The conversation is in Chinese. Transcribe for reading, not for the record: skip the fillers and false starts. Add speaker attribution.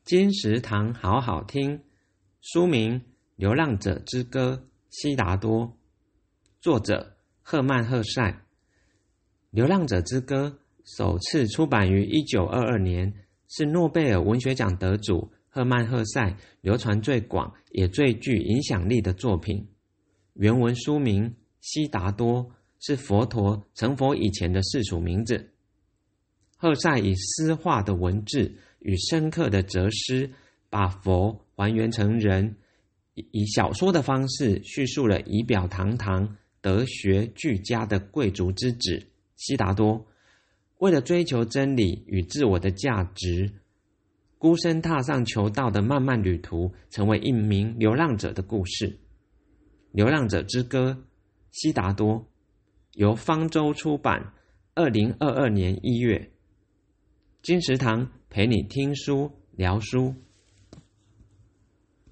Speaker 1: 金石堂好好听，书名《流浪者之歌》，悉达多，作者赫曼·赫塞。《流浪者之歌》首次出版于1922年，是诺贝尔文学奖得主赫曼·赫塞流传最广也最具影响力的作品。原文书名悉达多是佛陀成佛以前的世俗名字。赫塞以诗化的文字与深刻的哲思，把佛还原成人，以小说的方式叙述了仪表堂堂、德学俱佳的贵族之子悉达多，为了追求真理与自我的价值，孤身踏上求道的漫漫旅途，成为一名流浪者的故事。《流浪者之歌》悉达多由方舟出版，2022年1月。金石堂陪你听书聊书。